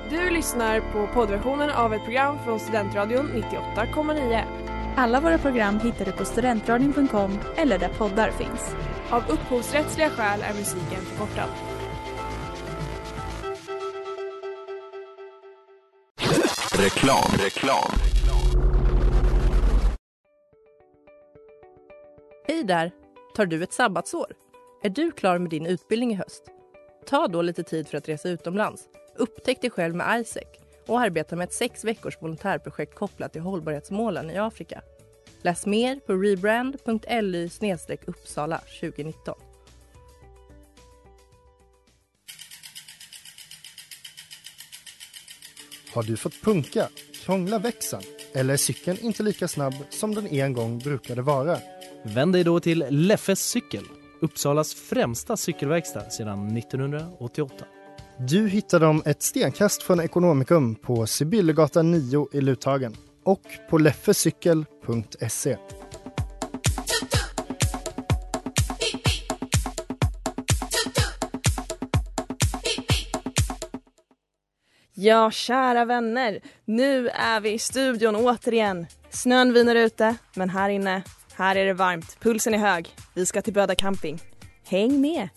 Du lyssnar på poddversionen av ett program från Studentradion 98,9. Alla våra program hittar du på studentradion.com eller där poddar finns. Av upphovsrättsliga skäl är musiken förkortad. Reklam. Hej där! Tar du ett sabbatsår? Är du klar med din utbildning i höst? Ta då lite tid för att resa utomlands. Upptäck dig själv med ISEC och arbeta med ett 6 veckors volontärprojekt kopplat till hållbarhetsmålen i Afrika. Läs mer på rebrand.ly/Uppsala 2019. Har du fått punka, krångla växeln eller är cykeln inte lika snabb som den en gång brukade vara? Vänd dig då till Leffes cykel, Uppsalas främsta cykelverkstad sedan 1988. Du hittar dem ett stenkast från Ekonomikum på Sibyllegatan 9 i Luthagen och på leffecykel.se. Ja, kära vänner. Nu är vi i studion återigen. Snön viner ute, men här inne, här är det varmt. Pulsen är hög. Vi ska till Böda camping. Häng med!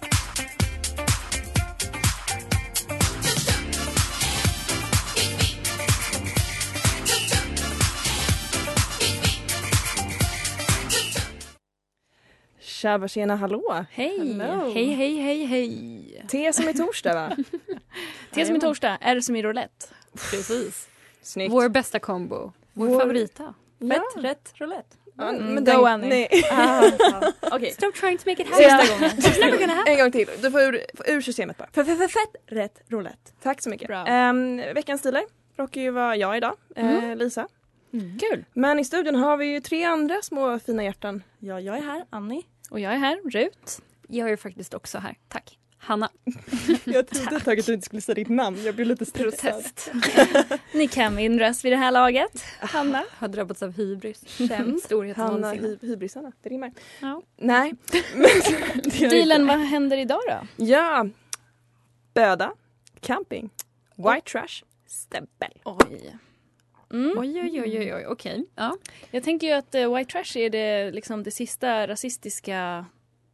Tjaba, tjena, hallå! Hej! Hello. Hej! Te som i torsdag, va? Te som i torsdag, är det som i roulette. Precis. Snyggt. Vår bästa kombo. Vår favorita. Ja. Rätt roulette. Men Go, Annie. Nej. Okej. Stop trying to make it Sista happen. gången. It's never gonna happen. En gång till. Du får ur systemet bara. Fett rätt roulette. Tack så mycket. Bra. Veckans stilar råkar ju vara jag idag, Lisa. Kul. Men i studion har vi ju 3 andra små fina hjärtan. Ja, jag är här, Annie. Och jag är här, Rut. Jag är faktiskt också här. Tack. Hanna. Jag trodde ett tag att du inte skulle säga ditt namn. Jag blir lite stressad. Protest. Ni kan min röst vid det här laget. Hanna. Har drabbats av hybris. Känd. Storhet Hanna någonsin. hybrisarna, det rimmar. Ja. Nej. Dilen, vad händer idag då? Ja. Böda. Camping. White trash. Stämpel. Oj. Mm. Oj. Okej. Ja. Jag tänker ju att white trash är det, liksom, det sista rasistiska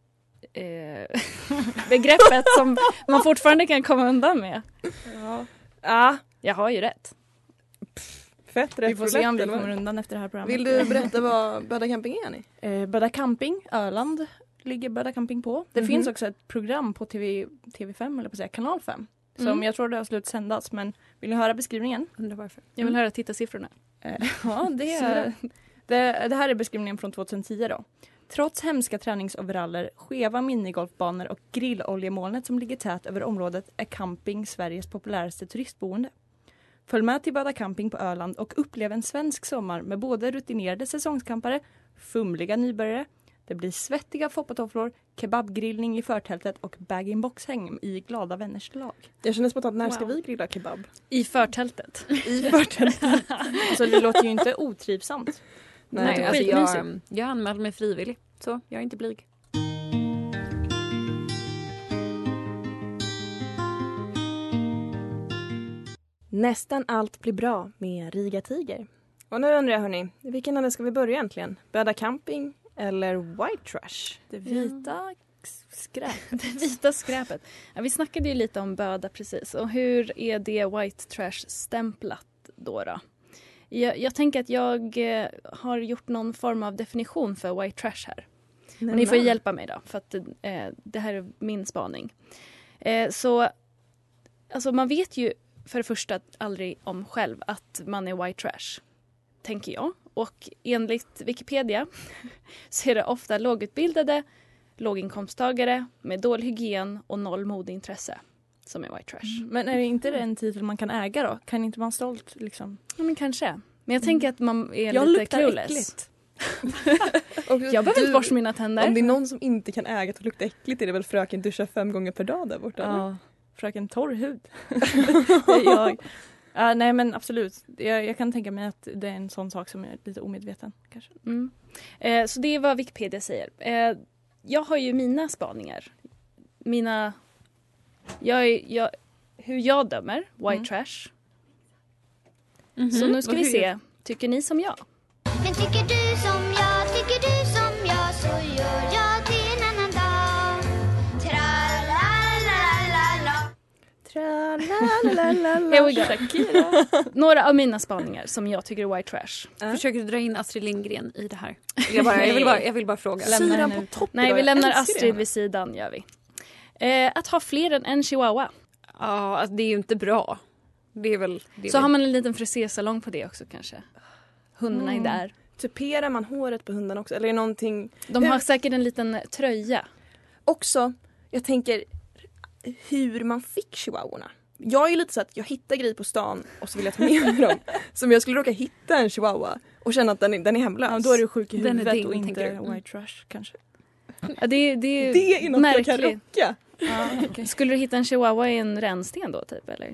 begreppet som man fortfarande kan komma undan med. Ja. Jag har ju rätt. Fett rätt. Vi får se om vi kommer undan efter det här programmet. Vill du berätta vad Böda camping är, Annie? Böda camping, Öland ligger Böda camping på. Det finns också ett program på TV5, eller på att säga kanal 5. Som jag tror det har slut sändas, men vill ni höra beskrivningen? Undrar varför. Jag vill höra tittarsiffrorna. Ja, det här är beskrivningen från 2010 då. Trots hemska träningsoveraller, skeva minigolfbanor och grilloljemolnet som ligger tät över området är camping Sveriges populäraste turistboende. Följ med till Böda camping på Öland och upplev en svensk sommar med både rutinerade säsongskampare, fumliga nybörjare. Det blir svettiga foppatofflor, kebabgrillning i förtältet och bag-in-box-häng i glada vänners lag. Jag känner spontant, när ska vi grilla kebab? I förtältet. I förtältet. Alltså det låter ju inte otrivsamt. Nej, alltså skitmysigt. jag anmälde mig frivillig. Så jag är inte blyg. Nästan allt blir bra med Riga Tiger. Och nu undrar jag, hörni, vilken ände ska vi börja egentligen? Böda camping eller white trash? Det vita det vita skräpet. Ja, vi snackade ju lite om Böda precis. Och hur är det white trash-stämplat då? Jag tänker att jag har gjort någon form av definition för white trash här. Och ni får hjälpa mig då, för att det här är min spaning. Så alltså man vet ju för det första aldrig om själv att man är white trash, tänker jag. Och enligt Wikipedia så är det ofta lågutbildade, låginkomsttagare med dålig hygien och noll modeintresse som är white trash. Men är det inte en titel man kan äga då? Kan inte vara stolt liksom? Ja, men kanske. Men jag tänker att man är Jag lite luktar clueless. äckligt. Jag behöver inte borsta mina tänder. Om det är någon som inte kan äga att lukta äckligt är det väl fröken duschar 5 gånger per dag där borta? Ja, fröken torr hud. Det är jag. Nej men absolut. Jag kan tänka mig att det är en sån sak som är lite omedveten kanske. Så det är vad Wikipedia säger. Jag har ju mina spaningar. hur jag dömer white trash. Så nu ska vi se. Tycker ni som jag? Men tycker du som jag, tycker du som jag, så gör jag det en annan dag. Tra-la-la-la-la. Tra-la-la-la-la. Here we go. Några av mina spaningar som jag tycker är white trash. Försöker du dra in Astrid Lindgren i det här? Jag vill bara fråga. Syran på topp. Nej, idag. vi Jag lämnar älskar Astrid det. vid sidan, gör vi. Att ha fler än en chihuahua. Ja, alltså, det är ju inte bra. Det är väl... Så har man en liten frisersalong på det också kanske. Hundarna är där. Tuperar man håret på hundarna också? Eller är det någonting... De har säkert en liten tröja. Också, jag tänker hur man fick chihuahuorna. Jag är lite så att jag hittar grejer på stan och så vill jag ta med mig dem. Som jag skulle råka hitta en chihuahua och känna att den är hemlös. Ja, då är du sjuk i Den är huvudet din, och inte tänker du? white trash kanske. Ja, det är det är något jag kan märkligt. rocka. Skulle du hitta en chihuahua i en rännsten då typ eller?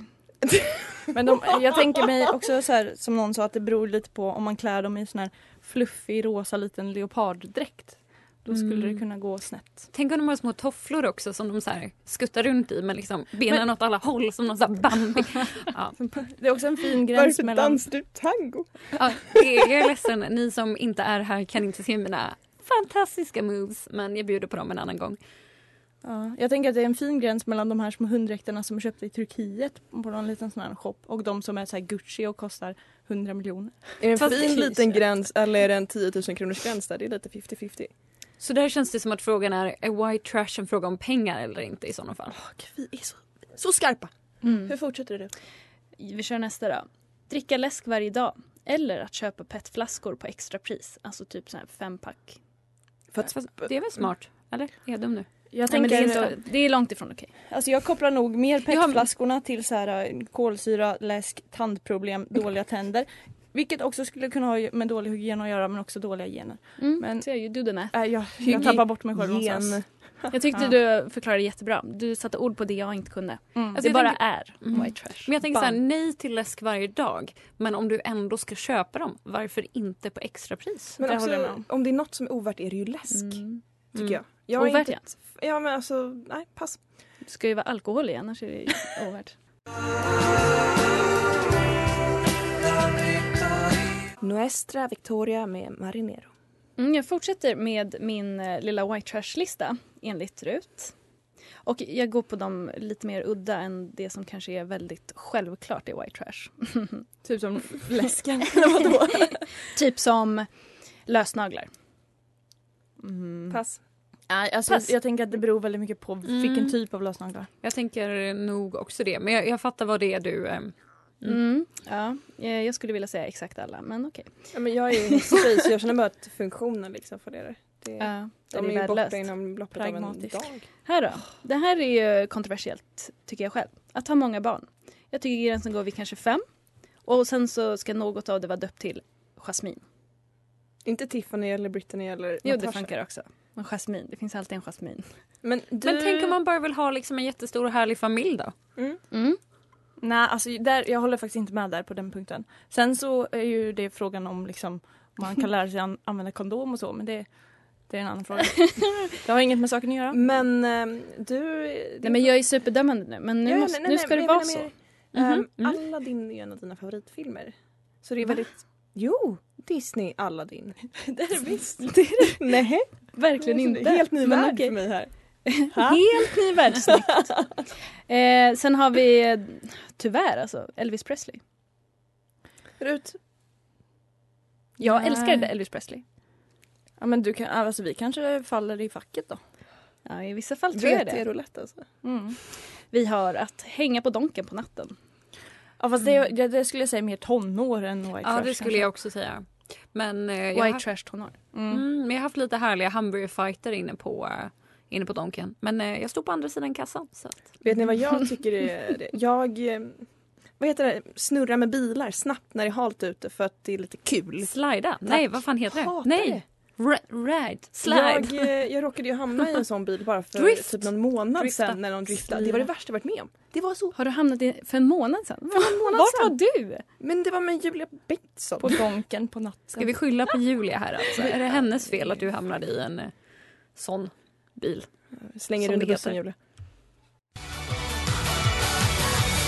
Men jag tänker mig också så här, som någon sa, att det beror lite på om man klär dem i sån här fluffig rosa liten leoparddräkt. Då skulle det kunna gå snett. Tänk om de har små tofflor också som de så här skuttar runt i med liksom benen åt alla håll som någon så här Bambi. Ja. Det är också en fin gräns Varför mellan... dansar du tango? Ja, jag är ledsen, ni som inte är här kan inte se mina fantastiska moves, men jag bjuder på dem en annan gång. Ja, jag tänker att det är en fin gräns mellan de här små hunddräkterna som är köpta i Turkiet på någon liten sån här shop och de som är så här Gucci och kostar 100 miljoner. Är det en Fast fin det är liten gräns eller är det en 10 000 kronors gräns där? Det är lite 50-50. Så där känns det som att frågan är white trash en fråga om pengar eller inte i sådana fall? Vi är så skarpa. Hur fortsätter det? Vi kör nästa då. Dricka läsk varje dag. Eller att köpa petflaskor på extrapris. Alltså typ sån här 5-pack. Fast det är väl smart? Eller? Är jag dum nu? Jag Nej, men tänker, det är långt ifrån okej. alltså jag kopplar nog mer petflaskorna till så här kolsyra, läsk, tandproblem, dåliga tänder. Vilket också skulle kunna ha med dålig hygien att göra, men också dåliga gener. Men Så you do the math. jag tappar bort mig själv någonstans. Jag tyckte du förklarade jättebra. Du satte ord på det jag inte kunde. Alltså, Det jag bara tänker- är white trash. Men jag tänker så här, nej till läsk varje dag. Men om du ändå ska köpa dem, varför inte på extrapris? Men Jag håller med också, om. om det är något som är ovärt är det ju läsk. Tycker jag är Ovärt, inte, ja men alltså, nej pass. Det ska ju vara alkohol i, annars är det ju ovärt. Nuestra Victoria med Marinero. Jag fortsätter med min lilla white trash-lista enligt Rut. Och jag går på dem lite mer udda än det som kanske är väldigt självklart i white trash. Typ som läsken. Eller vadå? Typ som lösnaglar. Pass. Nej, alltså Pass. jag tänker att det beror väldigt mycket på vilken typ av lösnaglar. Jag tänker nog också det. Men jag fattar vad det är du... Ja, jag skulle vilja säga exakt alla, men okej. Ja, men jag är ju space, så jag känner bara att funktionen liksom för det. Ja, De det är ju borta värdelöst. inom loppet av en Pragmatisk. dag. Här då. Det här är ju kontroversiellt, tycker jag själv. Att ha många barn. Jag tycker gränsen går vid kanske 5. Och sen så ska något av det vara döpt till Jasmine. Inte Tiffany eller Brittany eller Jo, det Natasha. funkar också. Men Jasmine, det finns alltid en Jasmine. Men Men tänk om man bara vill ha liksom en jättestor och härlig familj då? Nej, alltså jag håller faktiskt inte med där på den punkten. Sen så är ju det frågan om liksom, man kan lära sig använda kondom och så, men det är en annan fråga. Det har inget med saken att göra. Men du... Nej, men jag är superdömande nu. Men nu, nu ska det vara så. Aladdin är en av dina favoritfilmer. Så det är väldigt... Jo, Disney Aladdin. Det är det visst. Nej, Verkligen inte. helt ny Men värld okej. för mig här. Helt ny värld. Snyggt. Sen har vi tyvärr alltså Elvis Presley. Rut, Jag Nej. älskar Elvis Presley. Ja, men alltså vi kanske faller i facket då. Ja, i vissa fall tror jag vet det. är roulette alltså. Vi har att hänga på donken på natten. Ja, fast det skulle jag säga mer tonår än white trash. Ja, det skulle kanske. jag också säga. Men jag White har, trash tonår. men jag har haft lite härliga hamburgerfighter inne på Donken. Men jag stod på andra sidan kassan. Så att... Vet ni vad jag tycker är det? Jag vad heter det? Snurrar med bilar snabbt när det är halt ute för att det är lite kul. Slida? Nej, vad fan heter det? Hatar Nej! Ride. Slide. Jag råkade ju hamna i en sån bil bara för Drift. typ någon månad Drifta. sedan när de driftade. Det var det värsta jag varit med om. Det var så... Har du hamnat i för en månad sedan? månad Vart var sedan. du? Men det var med Julia Bengtsson. På donken på natten. Ska vi skylla på Julia här alltså? Är det hennes fel att du hamnade i en sån bil? Slänger Som under det bussen, heter. Julia.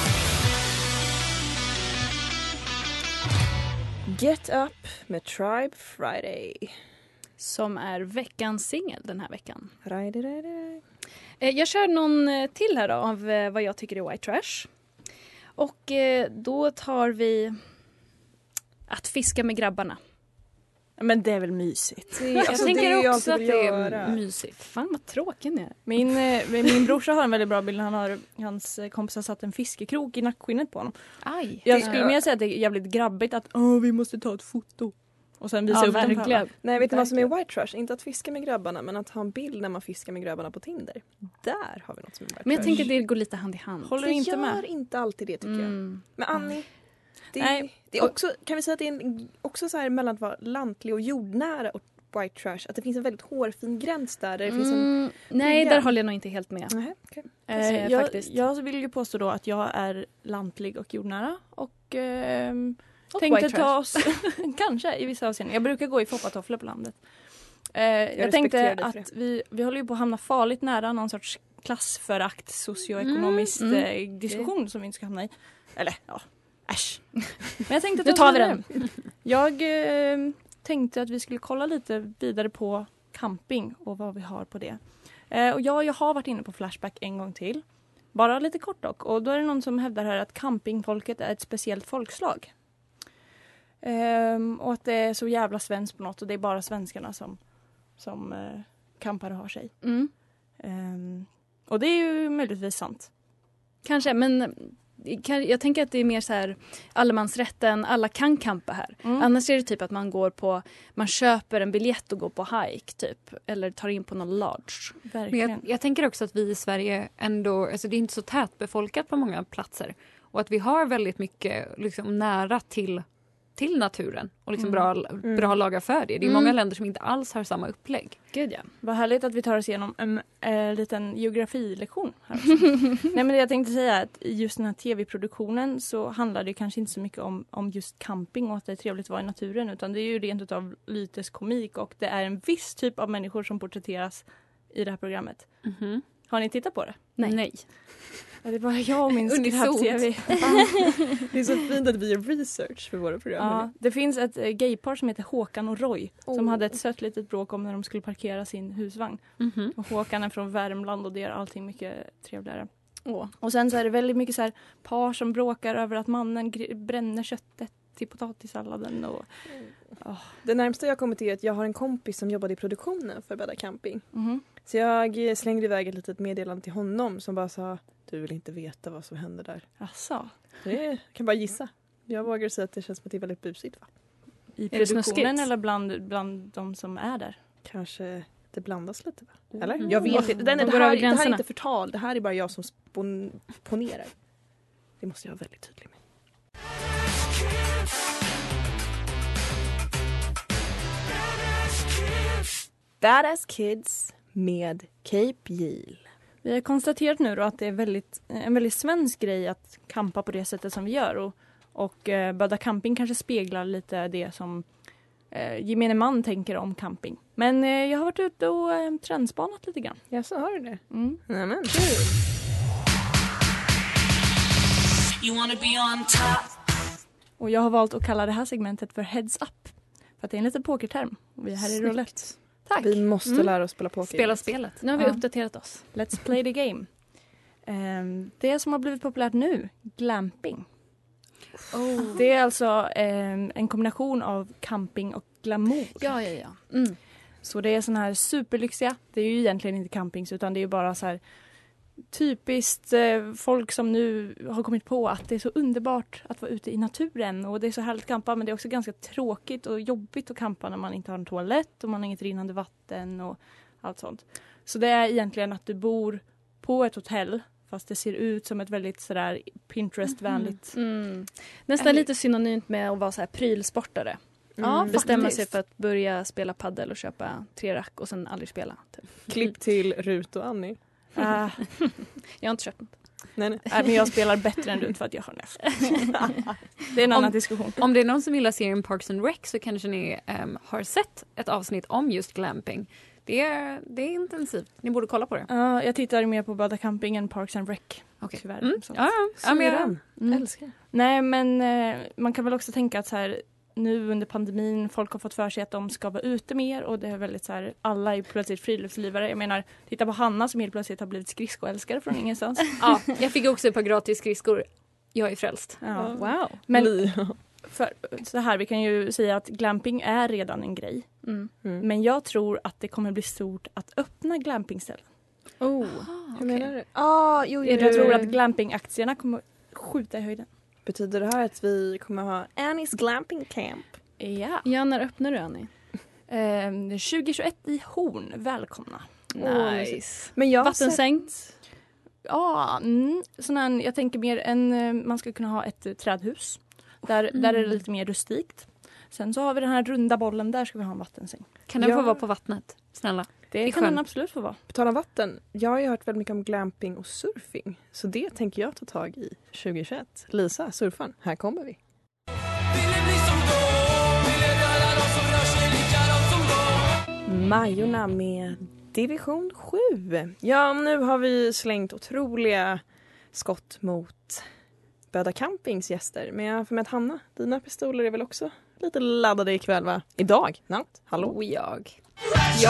Get Up med Tribe Friday. Som är veckans singel den här veckan. Friday. Jag kör någon till här då, av vad jag tycker är white trash. Och då tar vi att fiska med grabbarna. Men det är väl mysigt. Jag tänker också att det är göra. mysigt. Fan vad tråkig ni är. Min brorsa har en väldigt bra bild. Hans kompis har satt en fiskekrok i nackskinnet på honom. Aj. Jag skulle mer säga att det är jävligt grabbigt att vi måste ta ett foto. Och sen visa upp den för alla. Nej, vet du vad som är white trash? Inte att fiska med grabbarna, men att ha en bild när man fiskar med grabbarna på Tinder. Där har vi något som är white trash. Men jag tänker att det går lite hand i hand. Håller du inte med? Det gör inte alltid det, tycker jag. Men Annie, det är också, kan vi säga att det är också så här mellan att vara lantlig och jordnära och white trash, att det finns en väldigt hårfin gräns där det finns en... Nej, där håller jag nog inte helt med. Okay. Jag vill ju påstå då att jag är lantlig och jordnära och Och tänkte white ta oss kanske i vissa avseenden. Jag brukar gå i foppatofflor på landet. Jag tänkte att vi håller ju på att hamna farligt nära någon sorts klassförakt socioekonomisk diskussion som vi inte ska hamna i. Eller ja, äsch. Men jag tänkte att nu tar vi den. Jag tänkte att vi skulle kolla lite vidare på camping och vad vi har på det. Och jag har varit inne på Flashback en gång till. Bara lite kort dock. Och då är det någon som hävdar här att campingfolket är ett speciellt folkslag. Och att det är så jävla svenskt på något. Och det är bara svenskarna som campar och har sig. Och det är ju möjligtvis sant. Kanske, men jag tänker att det är mer så här allemansrätten, alla kan campa här. Annars är det typ att man köper en biljett och går på hike typ. Eller tar in på någon lodge. Verkligen. Men jag tänker också att vi i Sverige ändå, alltså det är inte så tätbefolkat på många platser. Och att vi har väldigt mycket liksom nära till naturen och liksom bra lagar för det. Det är många länder som inte alls har samma upplägg. Gud ja. Vad härligt att vi tar oss igenom en liten geografilektion här också. Nej, men det jag tänkte säga är att i just den här tv-produktionen så handlar det kanske inte så mycket om just camping och att det är trevligt att vara i naturen, utan det är ju rent utav lyteskomik och det är en viss typ av människor som porträtteras i det här programmet. Har ni tittat på det? Nej. Ja, det är bara jag och min skratt-tv. Det är så fint att vi gör research för våra program. Ja, det finns ett gaypar som heter Håkan och Roy som hade ett sött litet bråk om när de skulle parkera sin husvagn. Och Håkan är från Värmland och det gör allting mycket trevligare. Och sen så är det väldigt mycket så här par som bråkar över att mannen bränner köttet till potatissalladen. Och, Det närmsta jag kommer till är att jag har en kompis som jobbade i produktionen för Bädda Camping. Så jag slängde iväg ett litet meddelande till honom som bara sa: du vill inte veta vad som händer där. Asså. Jag kan bara gissa. Jag vågar säga att det känns som att det är väldigt busigt, va? I produktionen eller bland de som är där? Kanske det blandas lite, va? Eller? Jag vet inte. Det här är inte förtal. Det här är bara jag som ponerar. Det måste jag vara väldigt tydlig med. Badass Kids med Cape Yield. Vi har konstaterat nu då att det är en väldigt svensk grej att campa på det sättet som vi gör. Och Bädda Camping kanske speglar lite det som gemene man tänker om camping. Men jag har varit ute och trendspanat lite grann. Ja, så har du det. Nämen. Och jag har valt att kalla det här segmentet för Heads Up. För att det är en liten pokerterm. Och vi är här i roulette. Tack. Vi måste lära oss spela poker. Spela spelet. Nu har vi uppdaterat oss. Let's play the game. Det som har blivit populärt nu, glamping. Det är alltså en kombination av camping och glamour. Ja. Så det är sån här superlyxiga. Det är ju egentligen inte campings utan det är bara så här typiskt folk som nu har kommit på att det är så underbart att vara ute i naturen och det är så härligt att campa, men det är också ganska tråkigt och jobbigt att campa när man inte har en toalett och man har inget rinnande vatten och allt sånt. Så det är egentligen att du bor på ett hotell fast det ser ut som ett väldigt sådär Pinterest-vänligt. Nästan lite synonymt med att vara så här prylsportare. Bestämma sig för att börja spela paddel och köpa 3 rack och sen aldrig spela. Typ. Klipp till Rut och Annie. Jag har inte köpt något. Nej, men jag spelar bättre än Rut för att jag har näst. Det är en annan diskussion. Om det är någon som gillar serien Parks and Rec så kanske ni har sett ett avsnitt om just glamping. Det är intensivt. Ni borde kolla på det. Ja, jag tittar mer på Bädda Camping än Parks and Rec. Okay. Tyvärr. Ja, men jag älskar. Nej, men man kan väl också tänka att så här, nu under pandemin, folk har fåt för sig att de ska vara ute mer och det är väldigt så här, alla är plötsligt friluftslivare. Jag menar, titta på Hanna som helt plötsligt har blivit skridskoälskare från ingenstans. Ja, jag fick också ett par gratis skridskor. Jag är frälst. Ja. Wow. Men för, så här, vi kan ju säga att glamping är redan en grej. Men jag tror att det kommer bli stort att öppna glampingställen. Hur menar du? Jag tror att glampingaktierna kommer skjuta i höjden. Betyder det här att vi kommer ha Annie's Glamping Camp? Ja. Ja, när öppnar du, Annie? 2021 i Horn. Välkomna. Nice. Men jag har Vattensäng? Ja, jag tänker mer än man ska kunna ha ett trädhus. Där är det lite mer rustikt. Sen så har vi den här runda bollen, där ska vi ha en vattensäng. Kan den få vara på vattnet? Snälla. Det kan den absolut få vara. På tal om vatten, jag har ju hört väldigt mycket om glamping och surfing. Så det tänker jag ta tag i 2021. Lisa, surfan, här kommer vi. Majorna med Division 7. Ja, nu har vi slängt otroliga skott mot Böda Campings gäster. Men jag får med att Hanna, dina pistoler är väl också lite laddade ikväll, va? Idag? Natt? Hallå? Och jag. Ja.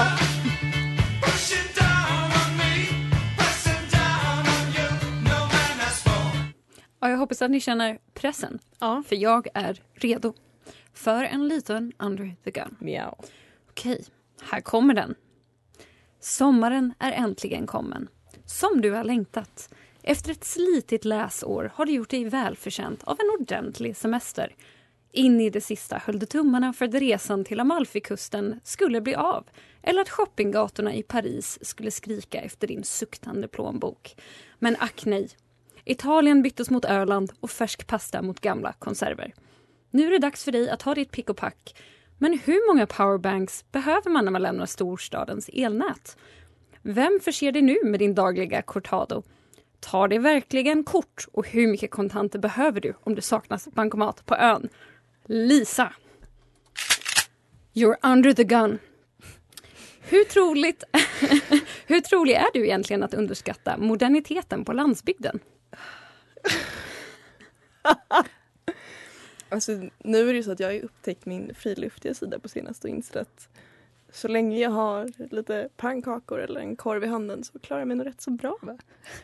Ja, jag hoppas att ni känner pressen. Ja. För jag är redo för en liten Under the Gun. Miau. Okej, här kommer den. Sommaren är äntligen kommen. Som du har längtat. Efter ett slitigt läsår har du gjort dig välförtjänt av en ordentlig semester. In i det sista höll du tummarna för att resan till Amalfikusten skulle bli av. Eller att shoppinggatorna i Paris skulle skrika efter din suktande plånbok. Men ack nej. Italien byttes mot Öland och färsk pasta mot gamla konserver. Nu är det dags för dig att ha ditt pick och pack. Men hur många powerbanks behöver man när man lämnar storstadens elnät? Vem förser dig nu med din dagliga cortado? Tar det verkligen kort? Och hur mycket kontanter behöver du om det saknas bankomat på ön? Lisa. You're under the gun. Hur trolig är du egentligen att underskatta moderniteten på landsbygden? Alltså, nu är det ju så att jag har upptäckt min friluftiga sida på senaste och insett att så länge jag har lite pannkakor eller en korv i handen så klarar jag mig nog rätt så bra, va?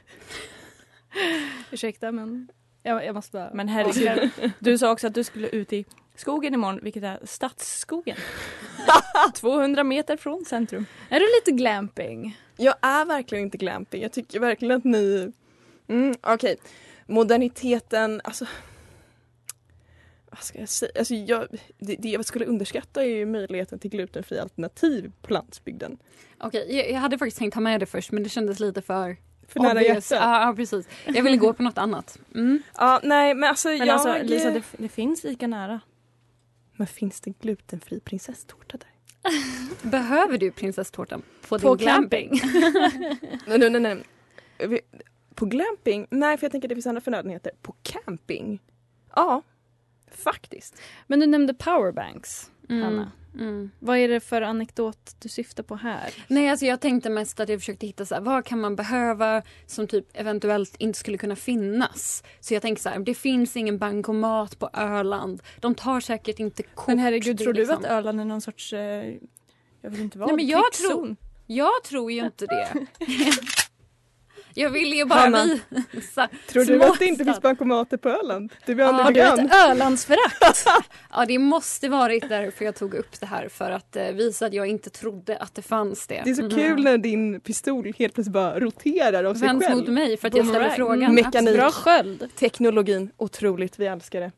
Ursäkta, men jag måste bara... Men herregud, du sa också att du skulle ut i skogen imorgon, vilket är Stadsskogen. 200 meter från centrum. Är du lite glamping? Jag är verkligen inte glamping. Jag tycker verkligen att ni... Okej. Moderniteten, alltså... Vad ska jag säga? Alltså det jag skulle underskatta är ju möjligheten till glutenfri alternativ på landsbygden. Okej, jag hade faktiskt tänkt ta med det först, men det kändes lite för nära hjärtat. Ja, precis. Jag ville gå på något annat. Ja, nej, men alltså Men Lisa, det finns lika nära. Men finns det glutenfri prinsesstårta där? Behöver du prinsesstårtan på din glamping? Nej. På glamping? Nej, för jag tänker att det finns andra förnödenheter. På camping? Ja, faktiskt. Men du nämnde powerbanks, Hanna. Vad är det för anekdot du syftar på här? Nej, alltså jag tänkte mest att jag försökte hitta så här, vad kan man behöva som typ eventuellt inte skulle kunna finnas. Så jag tänkte så här, det finns ingen bankomat på Öland. De tar säkert inte kort. Men herregud, tror du liksom att Öland är någon sorts... jag vill inte vara. Nej, men jag tror ju inte det. Jag vill ju bara visa. Tror du att det inte finns bankomater på Öland? Du är Har du ett Ölandsförakt? Ja, det måste varit därför jag tog upp det här. För att visa att jag inte trodde att det fanns det. Det är så kul när din pistol helt plötsligt bara roterar av sig Vänds själv. mot mig för att jag ställer frågan. Mekanik. Bra sköld. Teknologin, otroligt, vi älskar det.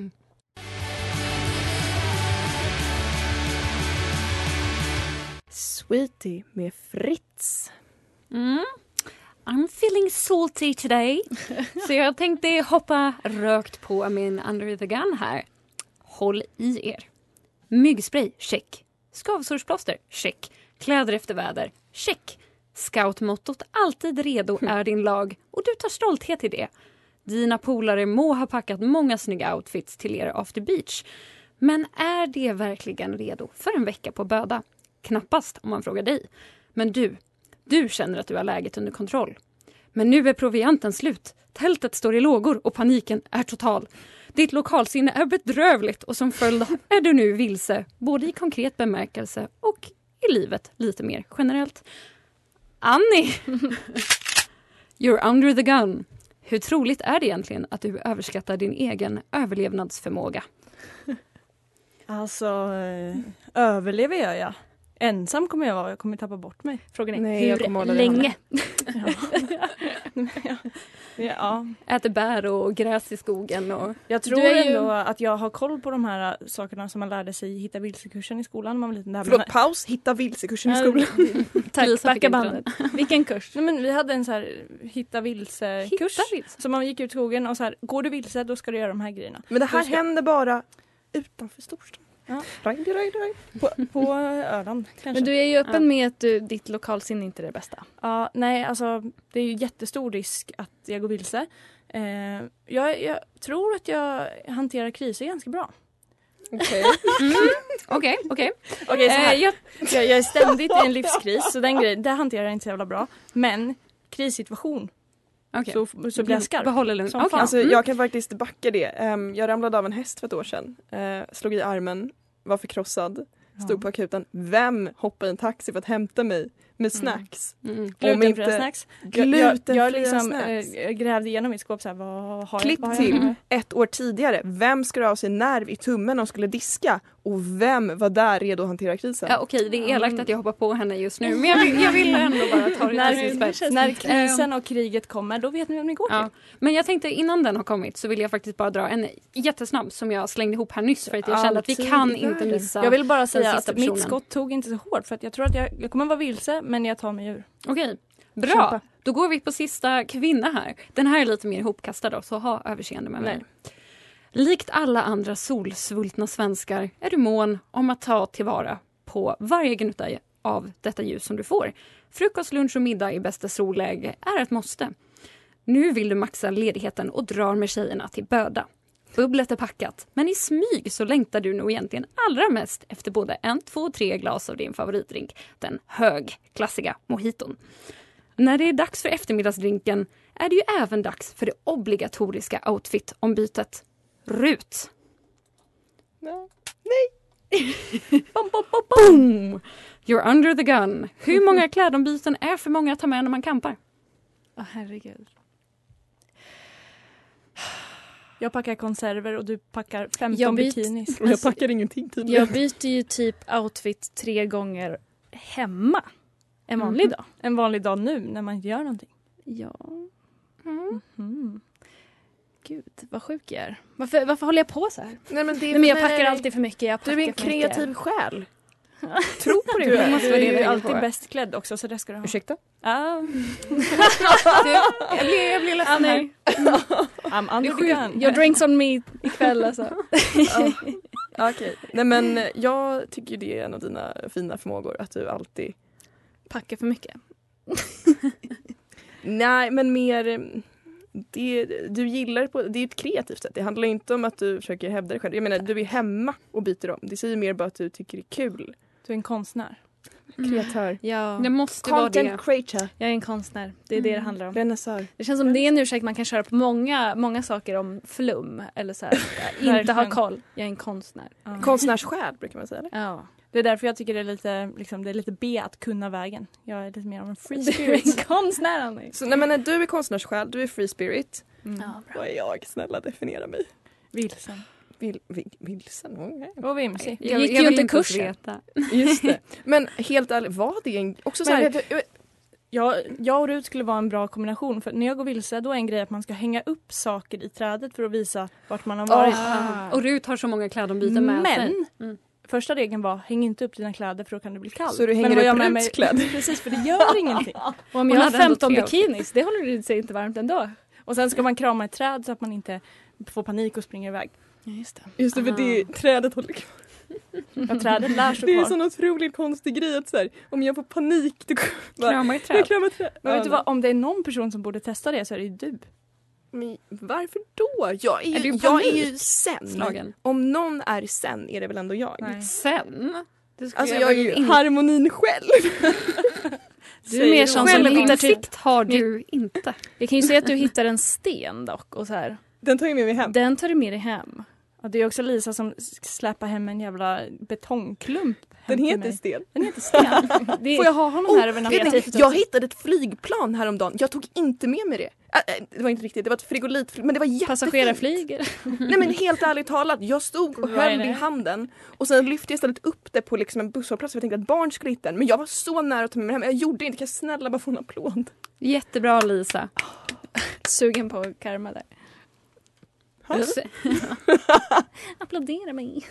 Sweetie med Fritz. I'm feeling salty today. Så jag tänkte hoppa rökt på min Under the Gun här. Håll i er. Myggspray, check. Skavsårsplåster, check. Kläder efter väder, check. Scoutmottot alltid redo är din lag och du tar stolthet i det. Dina polare må ha packat många snygga outfits till er after beach. Men är det verkligen redo för en vecka på Böda? Knappast om man frågar dig. Men du känner att du har läget under kontroll. Men nu är provianten slut. Tältet står i lågor och paniken är total. Ditt lokalsinne är bedrövligt och som följd är du nu vilse, både i konkret bemärkelse och i livet lite mer generellt. Annie! You're under the gun. Hur troligt är det egentligen att du överskattar din egen överlevnadsförmåga? Alltså, överlever jag? Ensam kommer jag vara, jag kommer tappa bort mig. Frågan är Nej, jag kommer hur hålla dig länge? Ja. Äter bär och gräs i skogen och... Jag tror Du är ju- ändå att jag har koll på de här sakerna som man lärde sig i Hitta vilsekursen i skolan när man var liten. Där Förlåt, paus. Hitta vilsekursen i skolan. Tack, Lisa fick backa inte bandet. Vilken kurs? Nej, men vi hade en så här Hitta vilse-kurs. Så man gick ut i skogen och så här, går du vilse då ska du göra de här grejerna. Men det här Då ska- händer bara utanför storstan. Ja. Raj. På Öland kanske. Men du är ju öppen med att ditt lokalsinne inte är det bästa. Ja, nej, alltså det är ju jättestor risk att jag går vilse. Jag tror att jag hanterar kriser ganska bra. Okej. Okej. Okej, så här. Jag är ständigt i en livskris, så den grejen, det hanterar jag inte så jävla bra. Men krissituation, Okej. så blir jag skarp. Behåller lugn. Som Okej. fan. Alltså, jag kan faktiskt backa det. Jag ramlade av en häst för ett år sedan. Slog i armen, var förkrossad. Stod på akuten. Vem hoppade i en taxi för att hämta mig med snacks? Glutenfria snacks. Glutenfria jag liksom snacks. grävde igenom mitt skåp så här, vad har Klipp jag? Vad har till jag? 1 år tidigare. Vem skar av sig nerv i tummen och skulle diska? Och vem var där redo att hantera krisen? Ja, okej, det är elakt att jag hoppar på henne just nu. Men jag vill ändå bara ta det till sin spets. När krisen och kriget kommer, då vet ni vem ni går till. Ja. Men jag tänkte innan den har kommit så vill jag faktiskt bara dra en jättesnabb som jag slängde ihop här nyss för att jag kände att vi Alltid kan i inte världen. missa. Jag vill bara den säga sista att mitt personen. skott tog inte så hårt för att jag tror att jag kommer vara vilse, men jag tar mig ur. Okej, bra. Kämpa. Då går vi på sista kvinna här. Den här är lite mer ihopkastad då, så ha överseende med mig. Nej. Likt alla andra solsvultna svenskar är du mån om att ta tillvara på varje gnutta av detta ljus som du får. Frukost, lunch och middag i bästa solläge är ett måste. Nu vill du maxa ledigheten och drar med tjejerna till Böda. Bubblet är packat, men i smyg så längtar du nog egentligen allra mest efter både 1, 2, 3 glas av din favoritdrink, den högklassiga mojiton. När det är dags för eftermiddagsdrinken är det ju även dags för det obligatoriska outfit-ombytet. Rut. Boom! You're under the gun. Hur många klädombyten är för många att ta med när man kampar? Åh, herregud. Jag packar konserver och du packar 15 Jag byt- bikinis. Och jag packar ingenting tydligen. Jag byter ju typ outfit 3 gånger hemma. En vanlig dag. En vanlig dag nu när man inte gör någonting. Ja. Mm. Gud, vad sjuk jag är. Varför håller jag på så här? Nej, men Nej, men jag packar alltid för mycket. Jag Du packar är en för mycket. kreativ själ. Tro på dig Du, själv. måste du vara är det ju jag alltid får. bäst klädd också, så det ska du ha. Ursäkta? Ah. Jag blir ledsen här. I'm under the gun. Your drinks on me ikväll alltså. Okej. Nej, men jag tycker det är en av dina fina förmågor att du alltid... Packar för mycket. Nej, men mer... Du gillar på... Det är ett kreativt sätt. Det handlar inte om att du försöker hävda dig själv. Jag menar, du är hemma och byter om. Det säger mer bara att du tycker det är kul. Du är en konstnär. Kreatör. Ja, Det måste vara det. Content creator. jag är en konstnär. Det är det handlar om. Renässör. Det känns som det är en ursäkt man kan köra på många saker om flum. Eller så här, inte ha Verkligen. koll. Jag är en konstnär. Konstnärssjäl brukar man säga. Eller? Ja. Det är därför jag tycker det är lite B att kunna vägen. Jag är lite mer av en free Du är spirit. en konstnär, Annie. Så nej, men du är konstnärssjäl, du är free spirit. Mm. Ja, Vad är jag? Snälla, definiera mig. Vilsen. Vilsen? Och vimsig. Jag gick ju vill inte ens kursen. veta. Just det. Men helt ärligt, var det en... Också så Men här, vet du, jag och Rut skulle vara en bra kombination. För när jag går vilse då är en grej att man ska hänga upp saker i trädet för att visa vart man har varit. Och Rut har så många klädombyten med sig. Men första regeln var häng inte upp dina kläder för då kan det bli kallt. Så du hänger Men vad upp jag med Ruts kläder? Precis, för det gör ingenting. Och om Hon jag har hade ändå 15 tre bikinis, det håller sig inte varmt ändå. Och sen ska man krama ett träd så att man inte får panik och springer iväg. Ja, just det. Just det, för det, trädet håller kvar. Ja, trädet lär sig Det är en kvar. sån otroligt konstig grej att så här, om jag får panik då Krama i jag träd. kramar träd. Men vet du vad, om det är någon person som borde testa det så är det ju du. Men varför då? Jag Är du är panik? ju sen. Slagen. Om någon är sen är det väl ändå jag. Nej. Sen? Det skulle Alltså jag är ju väl inte- harmonin själv. Du är mer som hittar Självinsikt har du inte. Jag kan ju säga att du hittar en sten dock och så här. Den tar jag med mig hem. Den tar du med dig hem. Och det är också Lisa som släpar hem en jävla betongklump. Den heter Sten. Den heter Sten. Får jag ha honom här över natten? Jag hittade ett flygplan häromdagen. Jag tog inte med mig det. Det var inte riktigt, det var ett frigolitflyg, men det var jättefint. Passagerarflyger. Nej men helt ärligt talat, jag stod och höll det i handen och sen lyfte jag istället upp det på liksom en busshållplats för jag tänkte att barn skulle hitta den. Men jag var så nära att ta med mig hem. Jag gjorde inte, kan jag snälla bara få en applåd? Jättebra Lisa. Sugen på karma där. Applådera mig.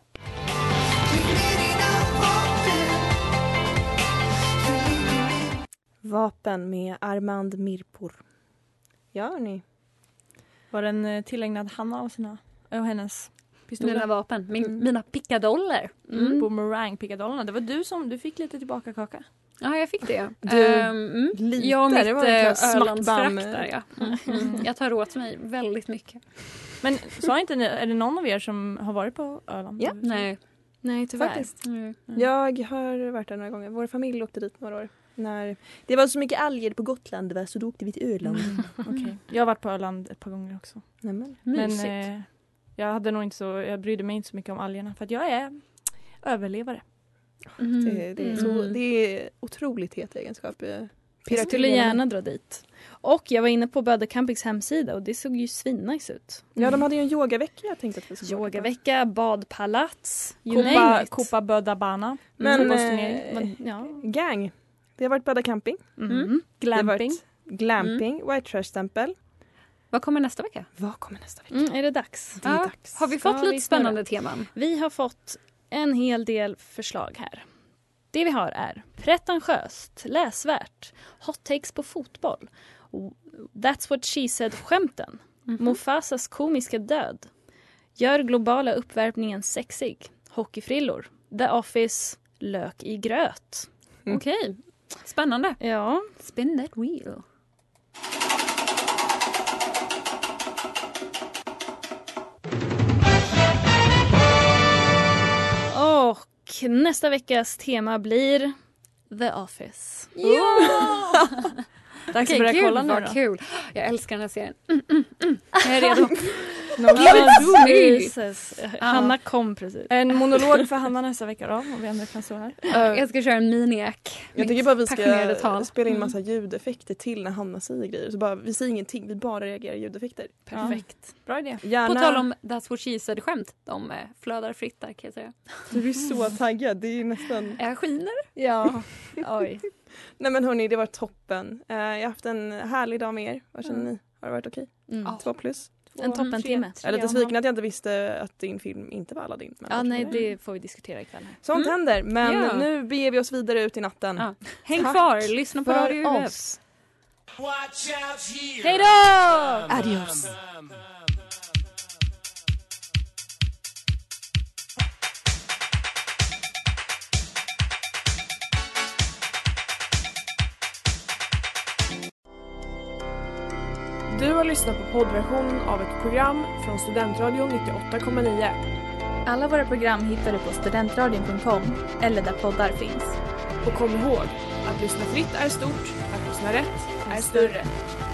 Vapen med Armand Mirpur. Ja, ni. Var den tillägnad Hanna och hennes pistoler? Mina vapen, mina pickadoller. Boomerang-pickadollerna. Det var du fick lite tillbaka kaka. Ja, jag fick det. Lite, jag och mitt det var Ölandsfrakt där, ja. Jag tar åt mig väldigt mycket. Men sa inte ni, är det någon av er som har varit på Öland? Ja. Nej, tyvärr. Faktiskt. Jag har varit där några gånger. Vår familj åkte dit några år. När det var så mycket alger på Gotland, så då åkte vi till Öland. Okay. Jag har varit på Öland ett par gånger också. Nämen. Men jag hade nog inte jag brydde mig inte så mycket om algerna för att jag är överlevare. Det är otroligt het egenskap. Jag skulle gärna dra dit. Och jag var inne på Böda Campings hemsida och det såg ju svinnice ut. Ja, de hade ju en yogavecka, jag tänkte att vi skulle yogavecka, badpalats, Kopa Böda Bana. Men gang. Det har varit Böda Camping. Glamping, White Trash-stämpel. Vad kommer nästa vecka? Är det dags? Det är dags. Har vi fått lite spännande teman? Vi har fått en hel del förslag här. Det vi har är pretentiöst, läsvärt, hot takes på fotboll, that's what she said-skämten, Mufasas komiska död, gör globala uppvärmningen sexig, hockeyfrillor, The Office, lök i gröt. Okej, spännande. Ja. Spin that wheel. Och nästa veckas tema blir The Office. Ja! Dags att börja kolla nu då. Kul. Jag älskar den här serien. Jag är redo. Hanna kom precis. En monolog för Hanna nästa vecka då, om vi ändå kan stå här. Jag ska köra en miniack. Jag tycker bara vi ska spela in massa ljudeffekter till när Hanna säger grejer. Så bara, vi säger ingenting, vi bara reagerar ljudeffekter. Perfekt. Bra idé. På tal om That's what she said-skämt. De flödar fritt där, kan jag säga. Du är så taggad, det är nästan... Jag skiner. Ja, oj. Nej men hörni, det var toppen. Jag har haft en härlig dag med er. Vad känner ni? Har det varit okej? 2+? En toppentimme. Jag är lite sviken att jag inte visste att din film inte var Aladdin. Men nej, det får vi diskutera ikväll här. Sånt händer, men nu beger vi oss vidare ut i natten. Ja. Häng kvar, lyssna på Radio UF. Hej då! Adios! Du har lyssnat på poddversionen av ett program från Studentradion 98,9. Alla våra program hittar du på studentradion.com eller där poddar finns. Och kom ihåg, att lyssna fritt är stort, att lyssna rätt är större.